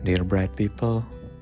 Dear bright people,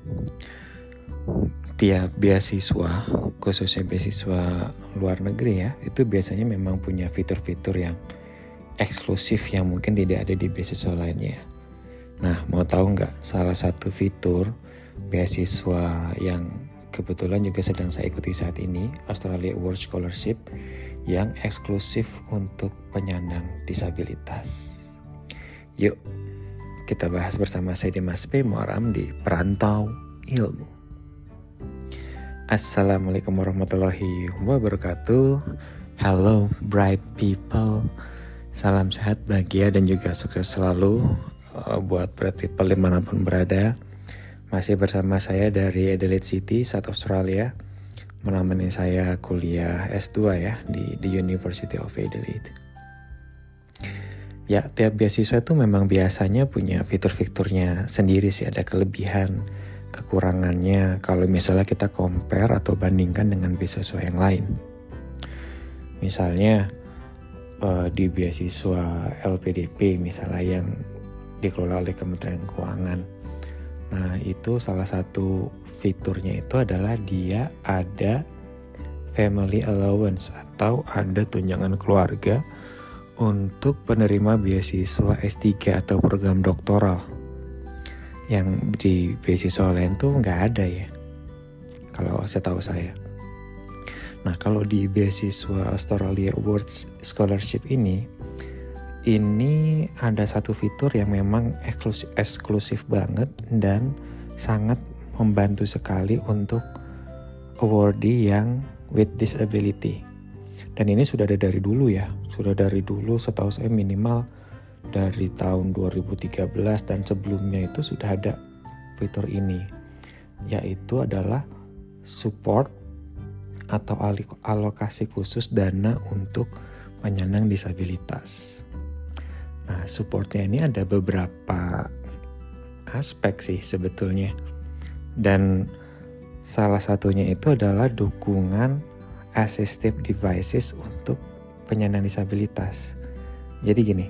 tiap beasiswa, khususnya beasiswa luar negeri ya, itu biasanya memang punya fitur-fitur yang eksklusif yang mungkin tidak ada di beasiswa lainnya. Nah, mau tahu nggak salah satu fitur beasiswa yang kebetulan juga sedang saya ikuti saat ini, Australia Award Scholarship, yang eksklusif untuk penyandang disabilitas. Yuk, kita bahas bersama saya Dimas P. Muaram di Perantau Ilmu. Assalamualaikum warahmatullahi wabarakatuh. Hello bright people. Salam sehat, bahagia, dan juga sukses selalu buat bright people dimanapun berada. Masih bersama saya dari Adelaide City, South Australia. Menemani saya kuliah S2 ya di University of Adelaide. Ya, tiap beasiswa itu memang biasanya punya fitur-fiturnya sendiri sih, ada kelebihan, kekurangannya kalau misalnya kita compare atau bandingkan dengan beasiswa yang lain. Misalnya di beasiswa LPDP misalnya yang dikelola oleh Kementerian Keuangan. Nah, itu salah satu fiturnya itu adalah dia ada family allowance atau ada tunjangan keluarga untuk penerima beasiswa S3 atau program doktoral. Yang di beasiswa lain tuh nggak ada ya, kalau setahu saya. Nah, kalau di beasiswa Australia Awards Scholarship ini ada satu fitur yang memang eksklusif banget dan sangat membantu sekali untuk awardee yang with disability. Dan ini sudah ada dari dulu ya, setahu saya minimal dari tahun 2013 dan sebelumnya itu sudah ada fitur ini, yaitu adalah support atau alokasi khusus dana untuk penyandang disabilitas. Nah, supportnya ini ada beberapa aspek sih sebetulnya, dan salah satunya itu adalah dukungan assistive devices untuk penyandang disabilitas. Jadi gini,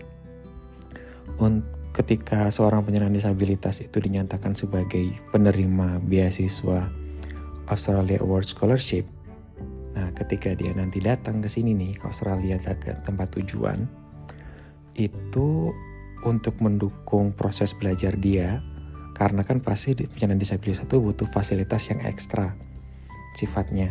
ketika seorang penyandang disabilitas itu dinyatakan sebagai penerima beasiswa Australia Award Scholarship, nah ketika dia nanti datang ke sini nih, ke Australia, ke tempat tujuan, itu untuk mendukung proses belajar dia, karena kan pasti penyandang disabilitas itu butuh fasilitas yang ekstra sifatnya,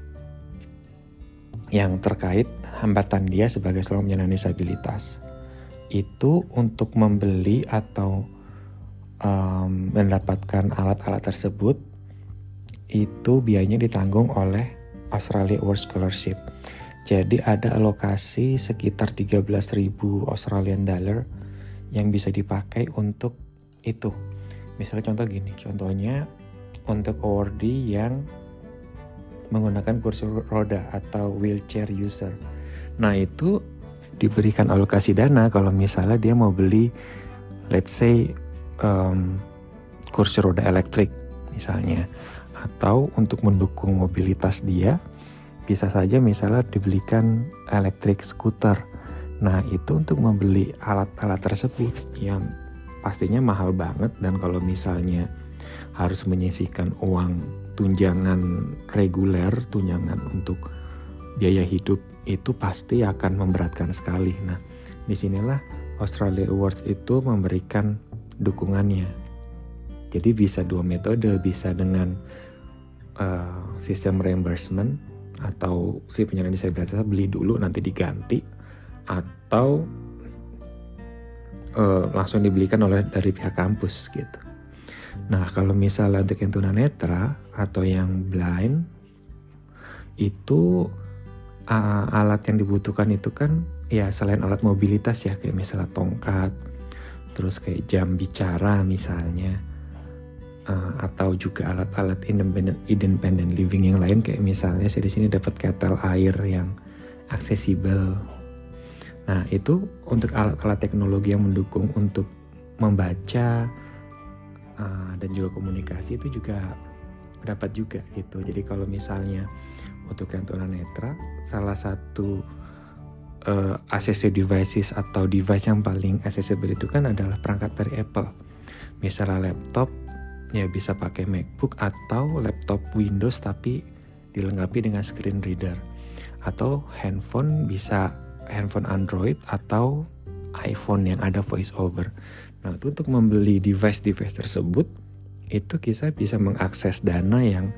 yang terkait hambatan dia sebagai seorang penyandang disabilitas. Itu untuk membeli atau mendapatkan alat-alat tersebut, itu biayanya ditanggung oleh Australia Award Scholarship. Jadi ada alokasi sekitar 13.000 Australian dollar yang bisa dipakai untuk itu. Misalnya contohnya untuk awardee yang menggunakan kursi roda atau wheelchair user. Nah, itu diberikan alokasi dana kalau misalnya dia mau beli, let's say, kursi roda elektrik misalnya. Atau untuk mendukung mobilitas dia, bisa saja misalnya dibelikan electric scooter. Nah, itu untuk membeli alat-alat tersebut yang pastinya mahal banget, dan kalau misalnya harus menyisihkan uang tunjangan reguler, tunjangan untuk biaya hidup, itu pasti akan memberatkan sekali. Nah, disinilah Australia Awards itu memberikan dukungannya. Jadi bisa dua metode, bisa dengan sistem reimbursement, atau si penyandang disabilitas beli dulu nanti diganti, atau langsung dibelikan dari pihak kampus gitu. Nah, kalau misalnya untuk yang tunanetra atau yang blind, itu alat yang dibutuhkan itu kan ya selain alat mobilitas ya, kayak misalnya tongkat, terus kayak jam bicara misalnya, atau juga alat-alat independent living yang lain, kayak misalnya saya di sini dapat kettle air yang aksesibel. Nah, itu untuk alat-alat teknologi yang mendukung untuk membaca dan juga komunikasi, itu juga dapat juga gitu. Jadi kalau misalnya untuk yang tunanetra, salah satu accessible devices atau device yang paling accessible itu kan adalah perangkat dari Apple. Misalnya laptop ya bisa pakai MacBook atau laptop Windows tapi dilengkapi dengan screen reader. Atau handphone bisa handphone Android atau iPhone yang ada voice over. Nah, untuk membeli device-device tersebut, itu kita bisa mengakses dana yang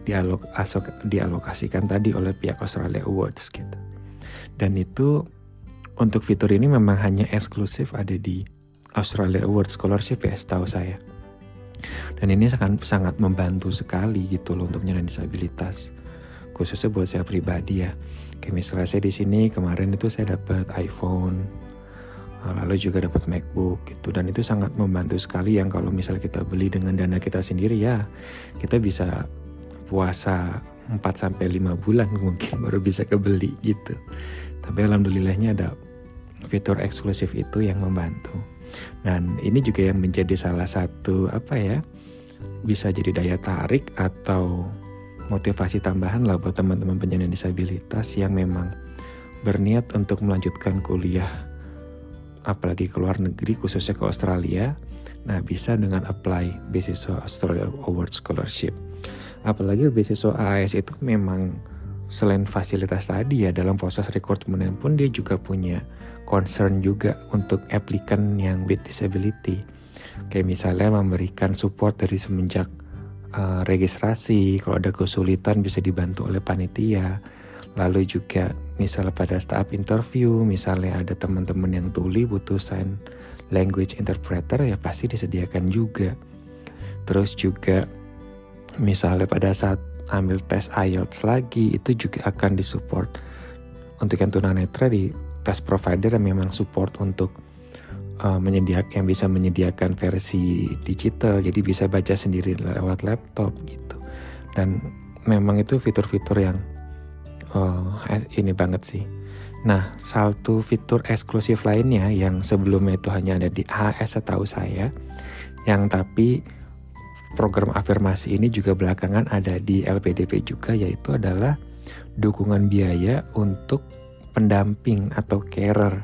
dialokasikan tadi oleh pihak Australia Awards gitu. Dan itu untuk fitur ini memang hanya eksklusif ada di Australia Awards Scholarship ya, setahu saya. Dan ini sangat membantu sekali gitu loh untuk penyandang disabilitas, khususnya buat saya pribadi ya. Kayak misalnya saya di sini kemarin itu saya dapat iPhone, lalu juga dapat MacBook gitu, dan itu sangat membantu sekali yang kalau misalnya kita beli dengan dana kita sendiri ya, kita bisa puasa 4-5 bulan mungkin baru bisa kebeli gitu. Tapi alhamdulillahnya ada fitur eksklusif itu yang membantu. Dan ini juga yang menjadi salah satu bisa jadi daya tarik atau motivasi tambahan lah buat teman-teman penyandang disabilitas yang memang berniat untuk melanjutkan kuliah, apalagi ke luar negeri, khususnya ke Australia. Nah, bisa dengan apply beasiswa Australia Awards Scholarship. Apalagi beasiswa AAS itu memang selain fasilitas tadi ya, dalam proses rekrutmen pun dia juga punya concern juga untuk aplikan yang with disability. Kayak misalnya memberikan support dari semenjak registrasi, kalau ada kesulitan bisa dibantu oleh panitia. Lalu juga misalnya pada tahap interview, misalnya ada teman-teman yang tuli butuh sign language interpreter, ya pasti disediakan juga. Terus juga misalnya pada saat ambil tes IELTS lagi, itu juga akan disupport. Untuk yang tunanetra di tes provider yang memang support untuk yang bisa menyediakan versi digital, jadi bisa baca sendiri lewat laptop gitu. Dan memang itu fitur-fitur yang ini banget sih. Nah, satu fitur eksklusif lainnya yang sebelumnya itu hanya ada di AAS setahu saya, yang tapi program afirmasi ini juga belakangan ada di LPDP juga, yaitu adalah dukungan biaya untuk pendamping atau carer.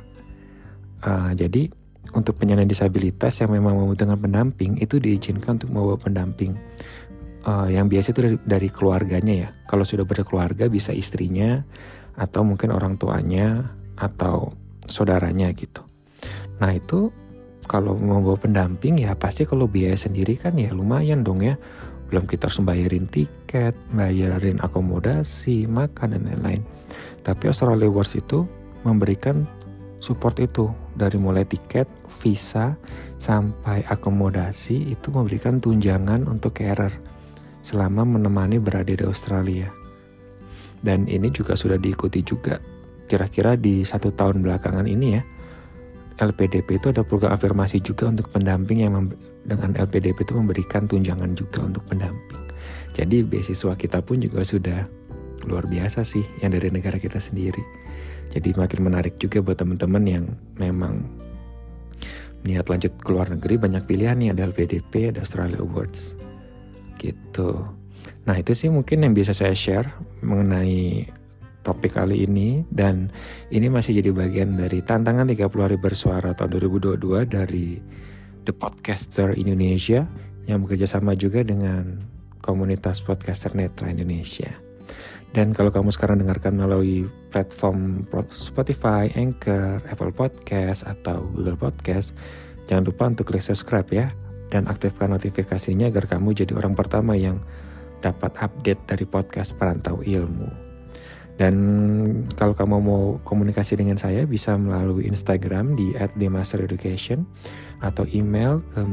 Jadi untuk penyandang disabilitas yang memang membutuhkan pendamping itu diizinkan untuk membawa pendamping. Yang biasa itu dari keluarganya ya. Kalau sudah berkeluarga bisa istrinya atau mungkin orang tuanya atau saudaranya gitu. Nah itu kalau membawa pendamping ya pasti kalau biaya sendiri kan ya lumayan dong ya. Belum kita harus bayarin tiket, bayarin akomodasi, makan dan lain-lain. Tapi Australia Awards itu memberikan support itu dari mulai tiket, visa, sampai akomodasi itu memberikan tunjangan untuk carer selama menemani berada di Australia. Dan ini juga sudah diikuti juga kira-kira di 1 tahun belakangan ini ya. LPDP itu ada program afirmasi juga untuk pendamping yang dengan LPDP itu memberikan tunjangan juga untuk pendamping. Jadi beasiswa kita pun juga sudah luar biasa sih yang dari negara kita sendiri. Jadi makin menarik juga buat teman-teman yang memang niat lanjut ke luar negeri, banyak pilihan nih, ada LPDP, ada Australia Awards gitu. Nah itu sih mungkin yang bisa saya share mengenai topik kali ini, dan ini masih jadi bagian dari tantangan 30 hari bersuara tahun 2022 dari The Podcaster Indonesia yang bekerja sama juga dengan komunitas podcaster netra Indonesia. Dan kalau kamu sekarang dengarkan melalui platform Spotify, Anchor, Apple Podcast, atau Google Podcast, jangan lupa untuk klik subscribe ya, dan aktifkan notifikasinya agar kamu jadi orang pertama yang dapat update dari podcast Perantau Ilmu. Dan kalau kamu mau komunikasi dengan saya bisa melalui Instagram di @dimastereducation atau email ke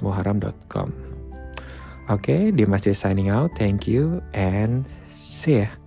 me@dimasmuharam.com. Okay, Dimas is signing out. Thank you and see ya.